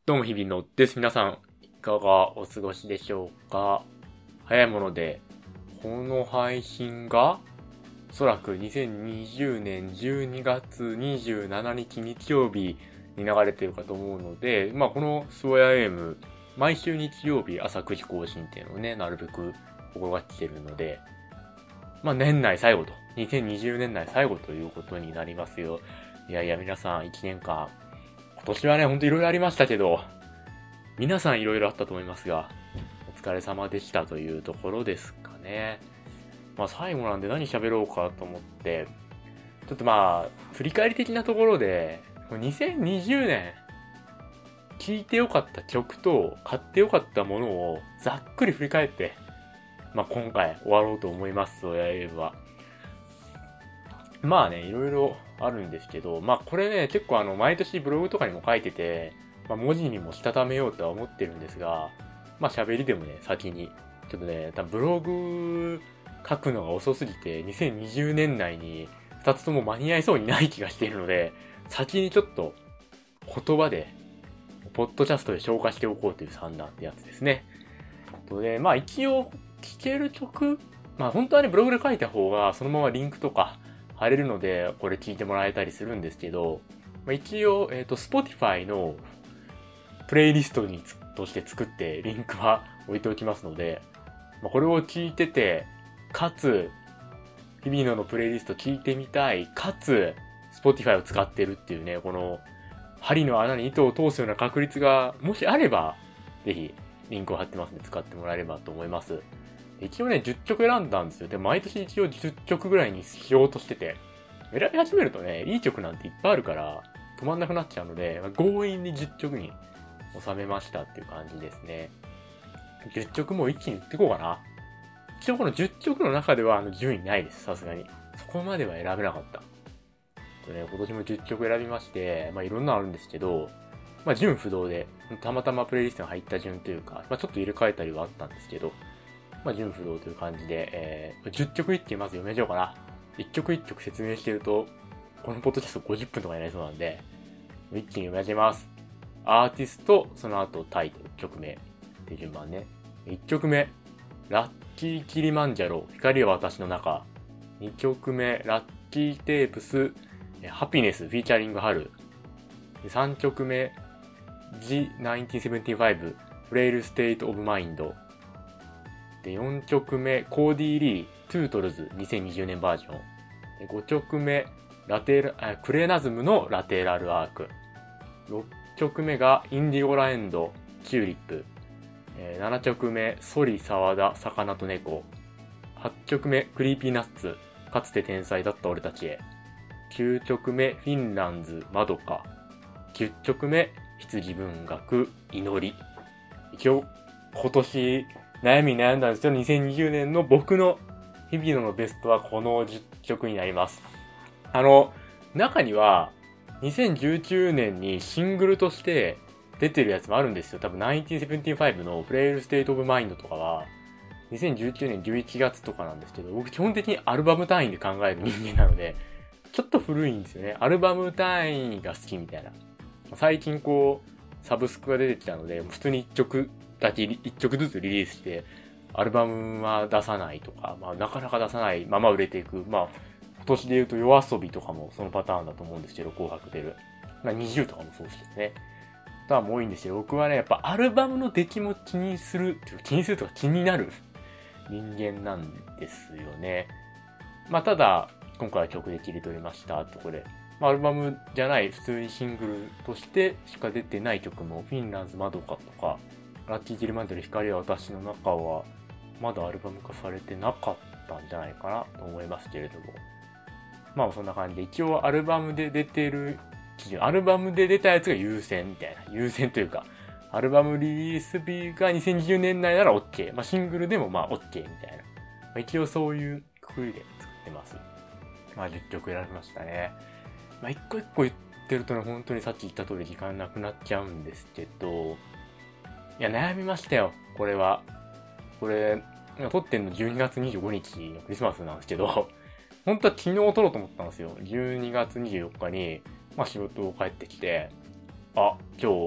どうも日々のです。皆さん、いかがお過ごしでしょうか。早いもので、この配信が、おそらく2020年12月27日日曜日に流れてるかと思うので、このスウェアエム、毎週日曜日朝9時更新っていうのをね、なるべく心がけてるので、年内最後と、2020年内最後ということになりますよ。いやいや、皆さん1年間、今年はね、ほんといろいろありましたけど、皆さんいろいろあったと思いますが、お疲れ様でしたというところですかね。最後なんで何喋ろうかと思って、ちょっと振り返り的なところで、2020年、聴いてよかった曲と買ってよかったものをざっくり振り返って、今回終わろうと思います、そうやれば。いろいろあるんですけど、これね、結構毎年ブログとかにも書いてて、文字にもしたためようとは思ってるんですが、喋りでもね、先に。ちょっとね、多分ブログ書くのが遅すぎて、2020年内に2つとも間に合いそうにない気がしているので、先にちょっと言葉で、ポッドキャストで消化しておこうという算段ってやつですね。で、一応聴ける曲、本当はね、ブログで書いた方がそのままリンクとか貼れるので、これ聞いてもらえたりするんですけど、一応、Spotify のプレイリストとして作ってリンクは置いておきますので、これを聞いてて、かつ、日々のプレイリスト聞いてみたい、かつ、Spotify を使ってるっていうね、この、針の穴に糸を通すような確率が、もしあれば、ぜひ、リンクを貼ってますので使ってもらえればと思います。一応ね、10曲選んだんですよ。で、毎年一応10曲ぐらいにしようとしてて、選び始めるとね、いい曲なんていっぱいあるから、止まんなくなっちゃうので、強引に10曲に収めましたっていう感じですね。10曲も一気に言ってこうかな。一応この10曲の中では順位ないです、さすがに。そこまでは選べなかった。今年も10曲選びまして、いろんなのあるんですけど、順不動で、たまたまプレイリストに入った順というか、ちょっと入れ替えたりはあったんですけど、順不動という感じで、10曲一気にまず読めちゃおうかな。1曲1曲説明してると、このポッドキャスト50分とかになりそうなんで、一気に読み始めます。アーティスト、その後タイトル、曲名っていう順番ね。1曲目、ラッキーキリマンジャロ、光は私の中。2曲目、ラッキーテープス、ハピネス、フィーチャリング春。3曲目、G1975、フレイルステイトオブマインド。で、4曲目、コーディー・リー、トゥートルズ、2020年バージョン。で5曲目、クレナズムのラテラルアーク。6曲目がインディゴラエンド、チューリップ。7曲目、ソリ、サワダ、魚と猫。8曲目、クリーピーナッツ、かつて天才だった俺たちへ。9曲目、フィンランズ、マドカ。10曲目、羊文学、祈り。一応、今年、悩んだんですけど、2020年の僕の日々のベストはこの10曲になります。中には、2019年にシングルとして出てるやつもあるんですよ。多分1975のフレイルステイトオブマインドとかは、2019年11月とかなんですけど、僕基本的にアルバム単位で考える人間なので、ちょっと古いんですよね。アルバム単位が好きみたいな。最近サブスクが出てきたので、普通に1曲ずつリリースして、アルバムは出さないとか、なかなか出さないまま売れていく。今年で言うと夜遊びとかもそのパターンだと思うんですけど、紅白出る。20とかもそうですけどね。とはも多いんですけど、僕はね、やっぱアルバムの出来も気にするとか気になる人間なんですよね。ただ、今回は曲で切り取りましたとこれ。アルバムじゃない普通にシングルとしてしか出てない曲も、フィンランズマドカとか、ラッキージルマンドル光は私の中は、まだアルバム化されてなかったんじゃないかなと思いますけれども。そんな感じで、一応アルバムで出てる基準、アルバムで出たやつが優先みたいな。優先というか、アルバムリリース日が2020年内なら OK。シングルでもOK みたいな。一応そういうくくりで作ってます。10曲選びましたね。一個一個言ってるとね、本当にさっき言った通り時間なくなっちゃうんですけど、いや、悩みましたよ、これは。これ、撮ってんの12月25日のクリスマスなんですけど、本当は昨日撮ろうと思ったんですよ。12月24日に、仕事を帰ってきて、今日、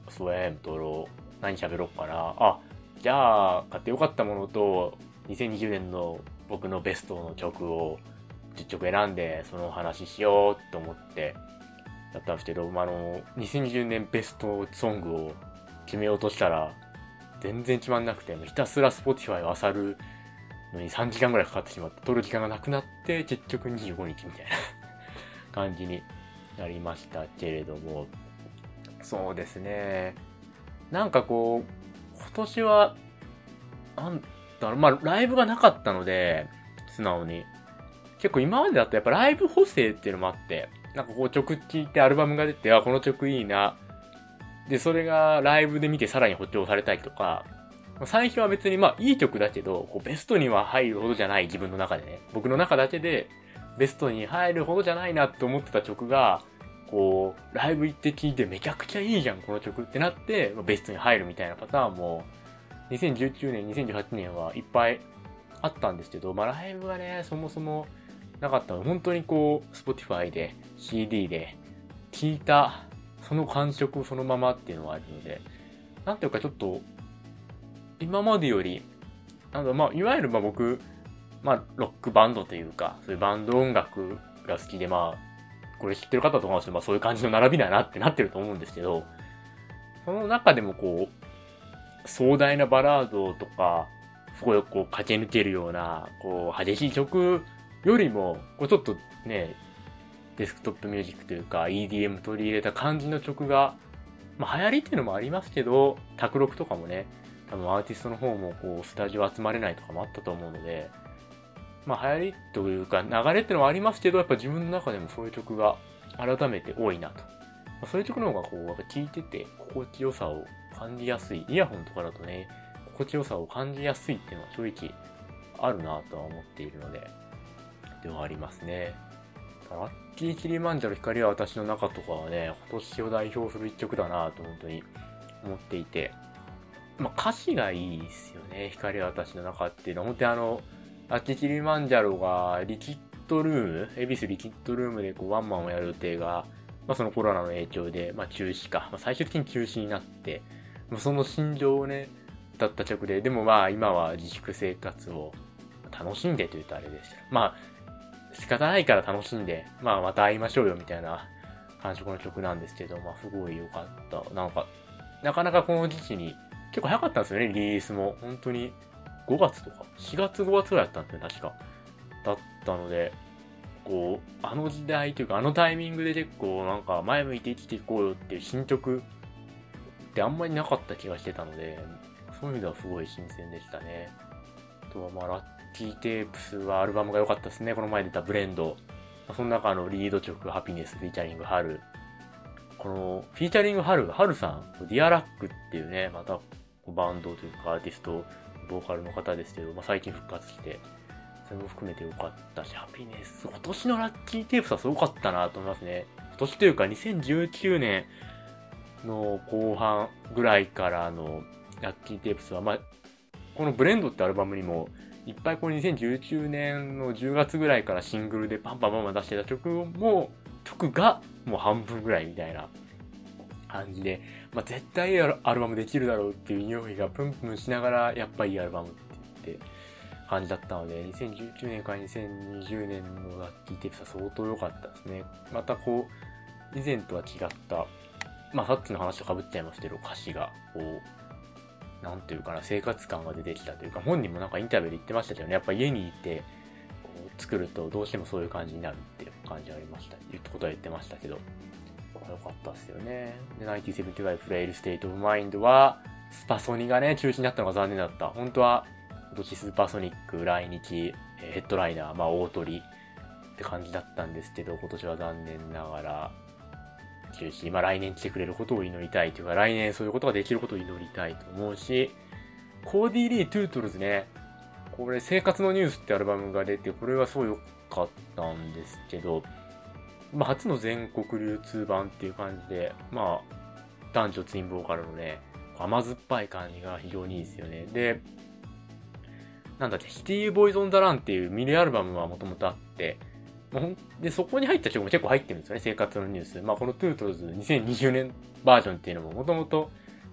そう撮ろう。何喋ろうかな。あ、じゃあ、買ってよかったものと、2020年の僕のベストの曲を10曲選んで、そのお話ししようと思ってやったんですけど、2020年ベストソングを決めようとしたら、全然決まんなくて、ひたすら Spotify を漁るのに3時間ぐらいかかってしまって、撮る時間がなくなって、結局25日みたいな感じになりましたけれども、そうですね。なんかこう、今年は、なんだろう、ライブがなかったので、素直に。結構今までだとやっぱライブ補正っていうのもあって、なんかこう曲聴いてアルバムが出て、あ、この曲いいな。で、それがライブで見てさらに補強されたりとか、最初は別にいい曲だけど、こうベストには入るほどじゃない自分の中でね、僕の中だけでベストに入るほどじゃないなって思ってた曲が、こう、ライブ行って聴いてめちゃくちゃいいじゃん、この曲ってなって、ベストに入るみたいなパターンも、2019年、2018年はいっぱいあったんですけど、ライブがね、そもそもなかったので、本当にこう、Spotify で、CD で、聴いた、その感触そのままっていうのがあるので、なんていうかちょっと、今までより、いわゆる僕、ロックバンドというか、そういうバンド音楽が好きで、これ知ってる方とかもしてそういう感じの並びだなってなってると思うんですけど、その中でもこう、壮大なバラードとか、すごいこう駆け抜けるような、こう激しい曲よりも、こうちょっとね、デスクトップミュージックというか EDM 取り入れた感じの曲が、流行りっていうのもありますけど、卓録とかもね、多分アーティストの方もこうスタジオ集まれないとかもあったと思うので、流行りというか流れっていうのはありますけど、やっぱ自分の中でもそういう曲が改めて多いなと。そういう曲の方がこう聴いてて心地よさを感じやすい。イヤホンとかだとね、心地よさを感じやすいっていうのは正直あるなとは思っているので、ではありますね。ラッキーキリマンジャロ光は私の中とかはね、今年を代表する一曲だなと本当に思っていて、歌詞がいいですよね。光は私の中っていうのは、本当にラッキーキリマンジャロがリキッドルーム、恵比寿リキッドルームでこうワンマンをやる予定が、そのコロナの影響で、中止か、最終的に中止になって、その心情をね、歌った曲で、でも今は自粛生活を楽しんでと言うとあれでした。仕方ないから楽しんで、また会いましょうよみたいな感触の曲なんですけど、すごい良かった。なかなかこの時期に、結構早かったんですよね、リリースも。本当に5月とか、4月5月ぐらいだったんですよ、確か。だったので、こう、あの時代というか、あのタイミングで結構前向いて生きていこうよっていう新曲ってあんまりなかった気がしてたので、そういう意味ではすごい新鮮でしたね。あとはラッキーテープスはアルバムが良かったですね。この前出たブレンド。その中のリード曲、ハピネス、フィーチャリング、ハル。この、フィーチャリング、ハルさん、ディアラックっていうね、またバンドというかアーティスト、ボーカルの方ですけど、最近復活して、それも含めて良かったし、ハピネス、今年のラッキーテープスはすごかったなと思いますね。今年というか2019年の後半ぐらいからのラッキーテープスは、このブレンドってアルバムにも、いっぱいこの2019年の10月ぐらいからシングルでパンパン出してた曲がもう半分ぐらいみたいな感じで、絶対いいアルバムできるだろうっていう匂いがプンプンしながら、やっぱいいアルバムって言って感じだったので、2019年から2020年のラッキーテープスは相当良かったですね。またこう、以前とは違った、さっきの話と被っちゃいますけど、歌詞がこう、なんていうかな、生活感が出てきたというか、本人もインタビューで言ってましたけどね、やっぱ家にいて、こう作るとどうしてもそういう感じになるっていう感じがありました。言ったことは言ってましたけど、よかったっすよね。で、1975フレイルステイトオブマインドは、スパソニがね、中止になったのが残念だった。本当は、今年スーパーソニック来日、ヘッドライナー、大取りって感じだったんですけど、今年は残念ながら、中止。来年来てくれることを祈りたいというか、来年そういうことができることを祈りたいと思うし、コーディ・リー・トゥートルズね、これ、生活のニュースってアルバムが出て、これはすごい良かったんですけど、初の全国流通版っていう感じで、男女ツインボーカルのね、甘酸っぱい感じが非常にいいですよね。で、シティボーイズ・オン・ザ・ランっていうミニアルバムはもともとあって、で、そこに入った曲も結構入ってるんですよね、生活のニュース。このトゥートルズ2020年バージョンっていうのももともと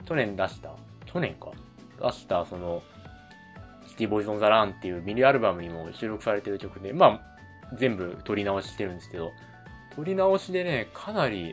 去年出したその、シティボーイズ・オン・ザ・ランっていうミニアルバムにも収録されてる曲で、まあ、全部撮り直ししてるんですけど、撮り直しでね、かなり、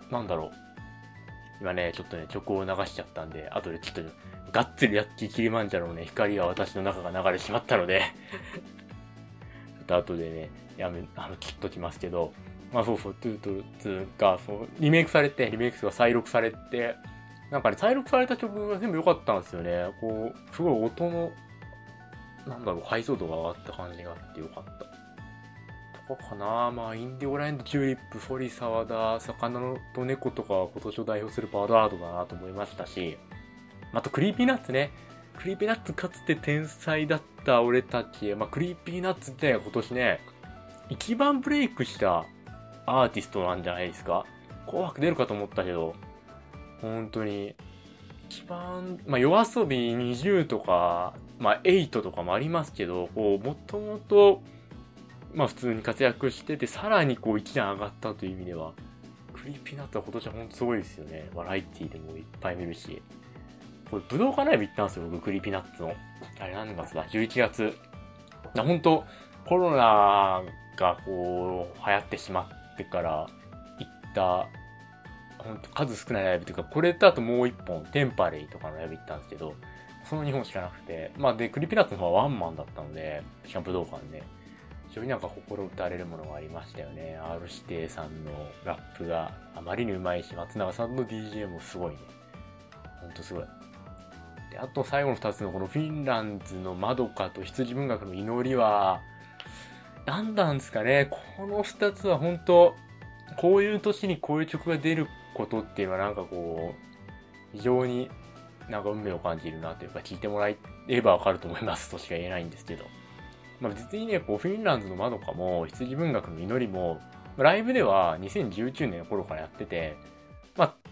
今ね、ちょっとね、曲を流しちゃったんで、後でちょっと、がっつりラッキーキリマンジャロのね、光が私の中が流れてしまったのでちょっと後でね、切っときますけど、まあそうそう、トゥートル2が、リメイクが再録されて、なんかね、再録された曲が全部良かったんですよね。こう、すごい音の、解像度が上がった感じがあって良かった。とかかな。まあ、インディゴラインド、チューリップ、フォリサワダ、魚のと猫とかは今年を代表するバードアートだなと思いましたし、あとクリーピーナッツね。クリーピーナッツかつて天才だった俺たち。まあ、クリーピーナッツって今年ね、一番ブレイクしたアーティストなんじゃないですか。紅白出るかと思ったけど、本当に、一番、まあ、夜遊び20とか、まあ、8とかもありますけど、こう、もともと、まあ、普通に活躍してて、さらにこう、一段上がったという意味では、クリーピーナッツは今年は本当すごいですよね。バラエティでもいっぱい見るし。これ、武道館ライブ行ったんですよ、僕、クリーピーナッツの。あれ何月だ ?11 月。本当コロナがこう、流行ってしまってから行った、本当数少ないライブというか、これとあともう一本、テンパレイとかのライブ行ったんですけど、その2本しかなくて、まあで、クリーピーナッツの方はワンマンだったので、しかも武道館で、非常に心打たれるものがありましたよね。R 指定さんのラップがあまりにうまいし、松永さんの DJ もすごいね。ほんとすごい。で、あと最後の2つのこのフィンランズのまどかと羊文学の祈りは、なんなんですかね。この2つは本当こういう年にこういう曲が出ることっていうのは非常に運命を感じるなというか、聞いてもらえればわかると思いますとしか言えないんですけど。まあ実にね、こうフィンランズのまどかも羊文学の祈りも、ライブでは2019年の頃からやってて、まあ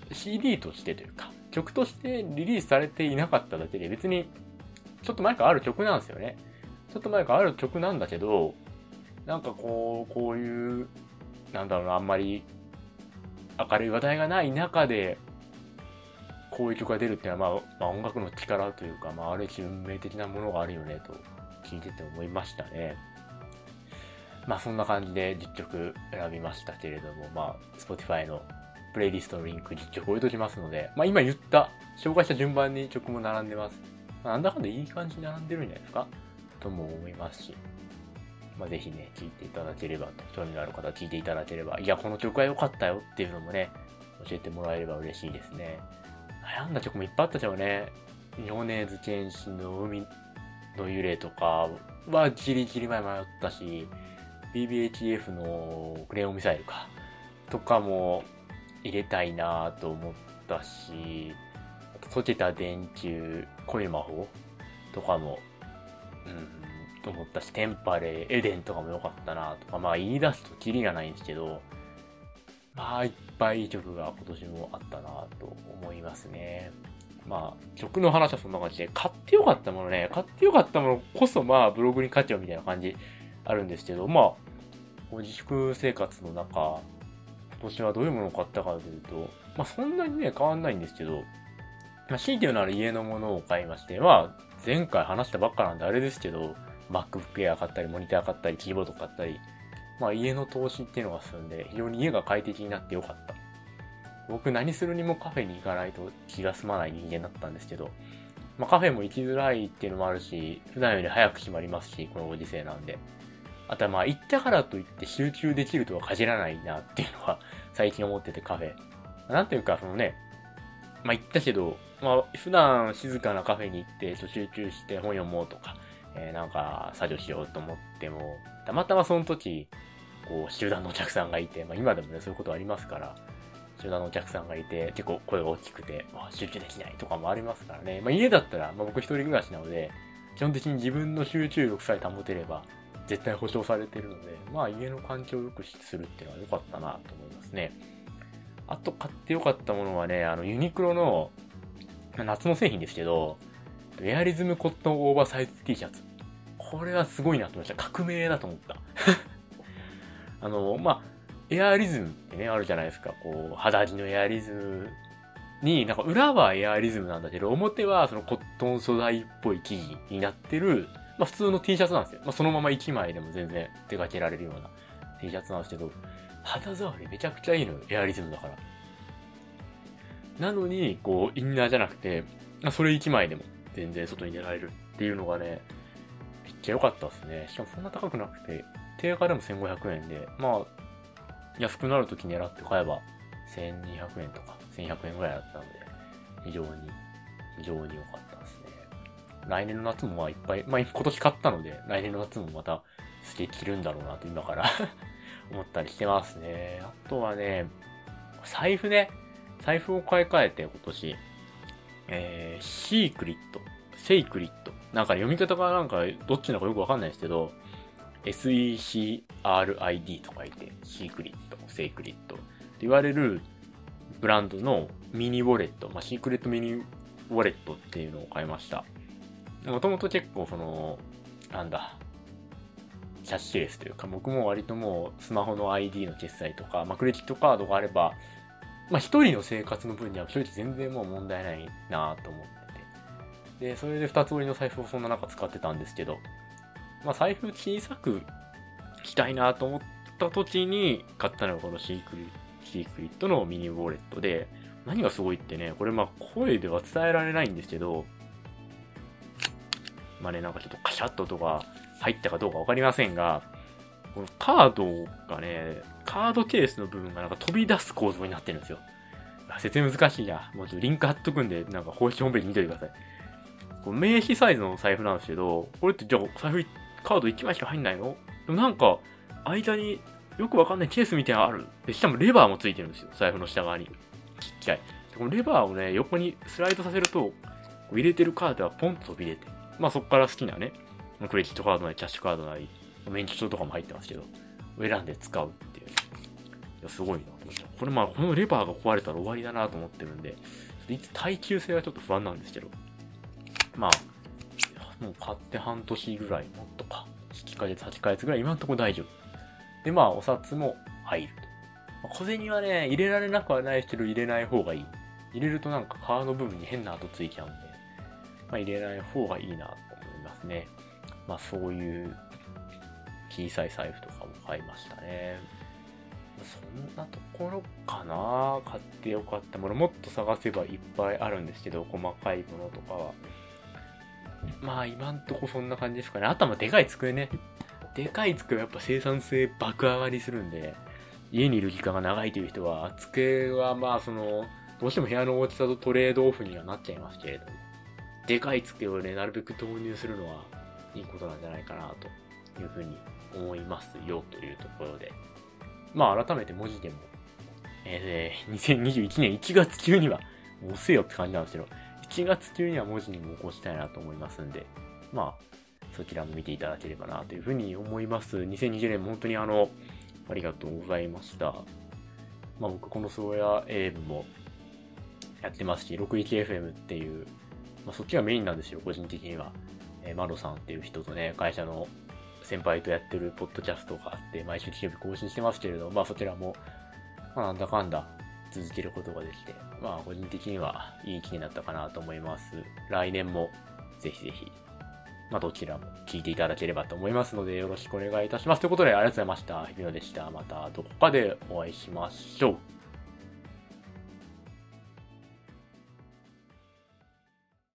CD としてというか、曲としてリリースされていなかっただけで別にちょっと前からある曲なんですよね。ちょっと前からある曲なんだけど、こういう、あんまり明るい話題がない中で、こういう曲が出るっていうのは、まあ音楽の力というか、まあある種運命的なものがあるよねと聞いてて思いましたね。まあそんな感じで10曲選びましたけれども、まあ Spotify のプレイリストのリンク10曲置いときますので、まあ今紹介した順番に曲も並んでます。まあ、なんだかんだいい感じに並んでるんじゃないですかとも思いますし。まあぜひね、聴いていただければと、興味のある方は聴いていただければ、いや、この曲は良かったよっていうのもね、教えてもらえれば嬉しいですね。悩んだ曲もいっぱいあったじゃんね。米津玄師の海の幽霊とかはギリギリ前迷ったし、BBHF のクレヨンミサイルとかも入れたいなと思ったし、あと溶けた電球、恋の魔法とかも、と思ったし、テンパレー、エデンとかも良かったなとか、まあ言い出すとキリがないんですけど、まあいっぱいいい曲が今年もあったなと思いますね。まあ曲の話はそんな感じで、買ってよかったものこそまあブログに書けよみたいな感じあるんですけど、まあ自粛生活の中、今年はどういうものを買ったかというと、まあそんなにね変わんないんですけど、まあ強いて言うなら家のものを買いまして、まあ前回話したばっかなんであれですけど、MacBook Air 買ったり、モニター買ったり、キーボード買ったり、まあ家の投資っていうのが進んで、非常に家が快適になってよかった。僕何するにもカフェに行かないと気が済まない人間だったんですけど、まあカフェも行きづらいっていうのもあるし、普段より早く閉まりますし、このご時世なんで。あとはまあ行ったからといって集中できるとは限らないなっていうのは最近思っててカフェ。なんていうかまあ行ったけど、まあ普段静かなカフェに行って集中して本読もうとか、作業しようと思っても、たまたまその時、集団のお客さんがいて、まあ今でもね、そういうことありますから、集団のお客さんがいて、結構声が大きくて、集中できないとかもありますからね。まあ家だったら、まあ僕一人暮らしなので、基本的に自分の集中力さえ保てれば、絶対保証されてるので、まあ家の環境を良くするっていうのは良かったなと思いますね。あと買って良かったものはね、ユニクロの夏の製品ですけど、エアリズムコットンオーバーサイズ T シャツ。これはすごいなと思いました。革命だと思った。まあ、エアリズムってね、あるじゃないですか。肌着のエアリズムに、なんか裏はエアリズムなんだけど、表はそのコットン素材っぽい生地になってる、まあ普通の T シャツなんですよ。まあそのまま1枚でも全然出かけられるような T シャツなんですけど、肌触りめちゃくちゃいいのよ、エアリズムだから。なのに、こう、インナーじゃなくて、それ1枚でも全然外に出られるっていうのがね、めっちゃ良かったですね。しかもそんな高くなくて、定価でも1500円で、まあ、安くなるとき狙って買えば、1200円とか1100円ぐらいだったので、非常に良かったですね。来年の夏もまあいっぱい、まあ今年買ったので、来年の夏もまたすげえ着るんだろうなと今から思ったりしてますね。あとはね、財布を買い替えて今年、シークリット、セイクリット。なんか読み方がなんかどっちなのかよくわかんないですけど、SECRID と書いて、シークリット、セイクリットって言われるブランドのミニウォレット、まあ、シークレットミニウォレットっていうのを買いました。もともと結構キャッシュレスというか、僕も割ともうスマホの ID の決済とか、まあ、クレジットカードがあれば、まあ、一人の生活の分には正直全然もう問題ないなと思ってて。で、それで二つ折りの財布をそんな中使ってたんですけど、まあ、財布小さくしたいなと思った時に買ったのがこのシークリットのミニウォレットで、何がすごいってね、これまあ声では伝えられないんですけど、まあね、なんかちょっとカシャッと音が入ったかどうかわかりませんが、このカードがね、カードケースの部分がなんか飛び出す構造になってるんですよ。説明難しいな。もうちょっとリンク貼っとくんで、なんか公式ホームページ見てください。これ名刺サイズの財布なんですけど、これってじゃあ財布カード1枚しか入んないの？でもなんか、間によくわかんないケースみたいなのある。で、しかもレバーもついてるんですよ。財布の下側に。ちっちゃい。このレバーをね、横にスライドさせると、入れてるカードがポンと飛び出て、まあそこから好きなね、クレジットカードなり、キャッシュカードなり、免許証とかも入ってますけど、選んで使うっていう。いや、すごいなと思った。これまあ、このレバーが壊れたら終わりだなと思ってるんで、いつ耐久性はちょっと不安なんですけど、まあ、もう買って半年ぐらい、もっとか、7ヶ月、8ヶ月ぐらい、今のところ大丈夫。で、まあ、お札も入ると。まあ、小銭はね、入れられなくはないけど、入れない方がいい。入れるとなんか皮の部分に変な跡ついちゃうんで、まあ、入れない方がいいなと思いますね。まあ、そういう小さい財布とかも買いましたね。そんなところかな。買ってよかったもの、もっと探せばいっぱいあるんですけど、細かいものとかは。まあ今んとこそんな感じですかね。あとはでかい机ね。でかい机はやっぱ生産性爆上がりするんで、家にいる時間が長いという人は、机はまあどうしても部屋の大きさとトレードオフにはなっちゃいますけれども、でかい机をね、なるべく導入するのはいいことなんじゃないかなというふうに思いますよというところで。まあ改めて文字でも、2021年1月中には、もう押せよって感じなんですけど、1月中には文字にも起こしたいなと思いますんで、まあ、そちらも見ていただければなというふうに思います。2020年も本当にありがとうございました。まあ僕このスゴヤ AM もやってますし、61FM っていう、まあそっちがメインなんですよ、個人的には。マロさんっていう人とね、会社の先輩とやってるポッドキャストがあって、毎週金曜日更新してますけれど、まあそちらも、まあなんだかんだ続けることができて、まあ個人的にはいい1年になったかなと思います。来年もぜひぜひ、まあどちらも聞いていただければと思いますのでよろしくお願いいたします。ということでありがとうございました。日比野でした。またどこかでお会いしましょう。